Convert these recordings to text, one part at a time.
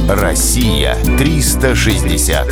Россия 360.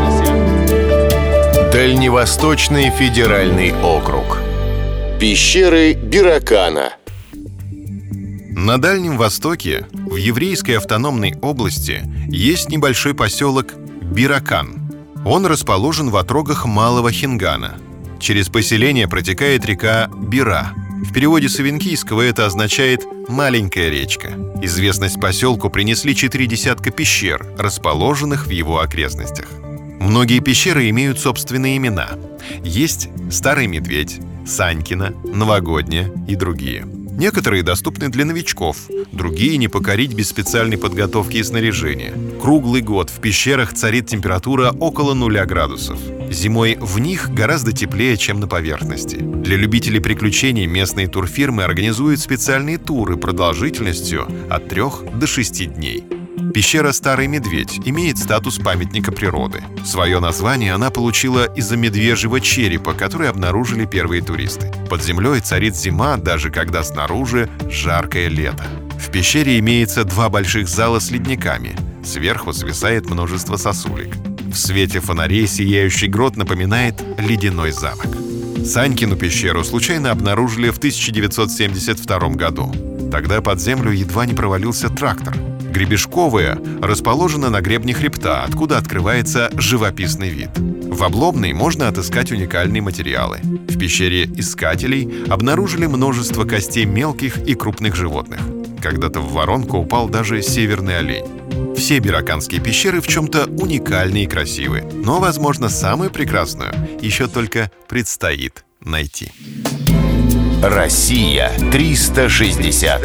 Дальневосточный федеральный округ. Пещеры Биракана. На Дальнем Востоке, в еврейской автономной области, есть небольшой поселок Биракан. Он расположен в отрогах Малого Хингана. Через поселение протекает река Бира. В переводе с авенкийского это означает «маленькая речка». Известность поселку принесли 4 десятка пещер, расположенных в его окрестностях. Многие пещеры имеют собственные имена. Есть Старый Медведь, Санькина, Новогодняя и другие. Некоторые доступны для новичков, другие не покорить без специальной подготовки и снаряжения. Круглый год в пещерах царит температура около 0 градусов. Зимой в них гораздо теплее, чем на поверхности. Для любителей приключений местные турфирмы организуют специальные туры продолжительностью от 3 до 6 дней. Пещера Старый Медведь имеет статус памятника природы. Свое название она получила из-за медвежьего черепа, который обнаружили первые туристы. Под землей царит зима, даже когда снаружи жаркое лето. В пещере имеется 2 больших зала с ледниками. Сверху свисает множество сосулек. В свете фонарей сияющий грот напоминает ледяной замок. Санькину пещеру случайно обнаружили в 1972 году. Тогда под землю едва не провалился трактор. Гребешковая расположена на гребне хребта, откуда открывается живописный вид. В Обломной можно отыскать уникальные материалы. В пещере Искателей обнаружили множество костей мелких и крупных животных. Когда-то в воронку упал даже северный олень. Все бираканские пещеры в чем-то уникальны и красивы, но, возможно, самую прекрасную еще только предстоит найти. Россия 360.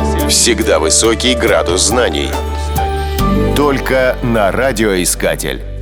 Всегда высокий градус знаний. Только на радиоискатель.